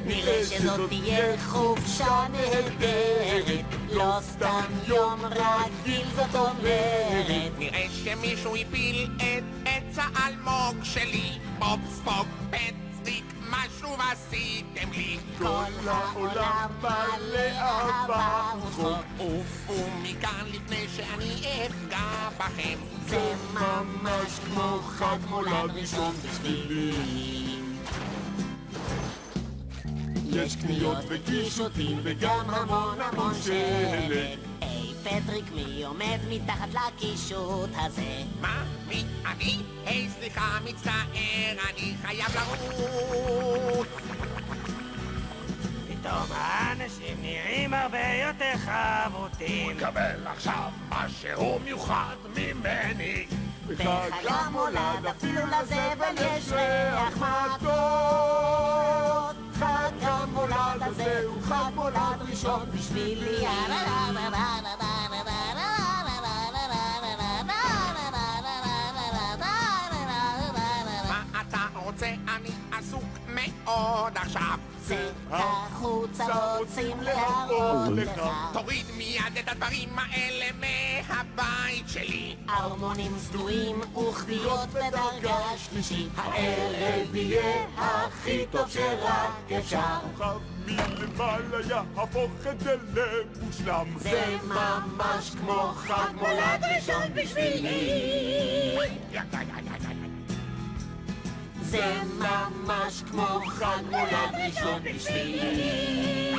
נראה שזאת תהיה חופשה נהדרת, לא סתם יום רגיל זאת אומרת. נראה שמישהו הפיל את עץ האלמוג שלי. פופ ספוק פטריק, מה שוב עשיתם לי? כל העולם מלא אהבה וצחוק. עופו מכאן לפני שאני אפגע בכם. זה ממש כמו חג מולד ראשון בשבילי. יש קניות וקישוטים וגם המון המון שלג. היי פטריק, מי עומד מתחת לקישוט הזה? מה? מי? אני? היי סליחה, מצטער, אני חייב לרוץ. פתאום האנשים נראים הרבה יותר חבוטים. קבל עכשיו משהו מיוחד ממני. בחג המולד אפילו לזבל יש ריח מתוק. חג המולד הזה הוא חג מולד ראשון בשבילי. מה אתה רוצה? אני עסוק מאוד עכשיו. זה החוצה רוצים להראות לך. תוריד מיד את הדברים האלה מהבית שלי. ארמונים סדורים וכוויות בדרגה שלישית. הערב יהיה הכי טוב שרק אפשר. כוכב מלמעלה יהפוך את זה למושלם. זה ממש כמו חג מולד ראשון בשבילי. זה ממש כמו חג מולד ראשון בשבילי.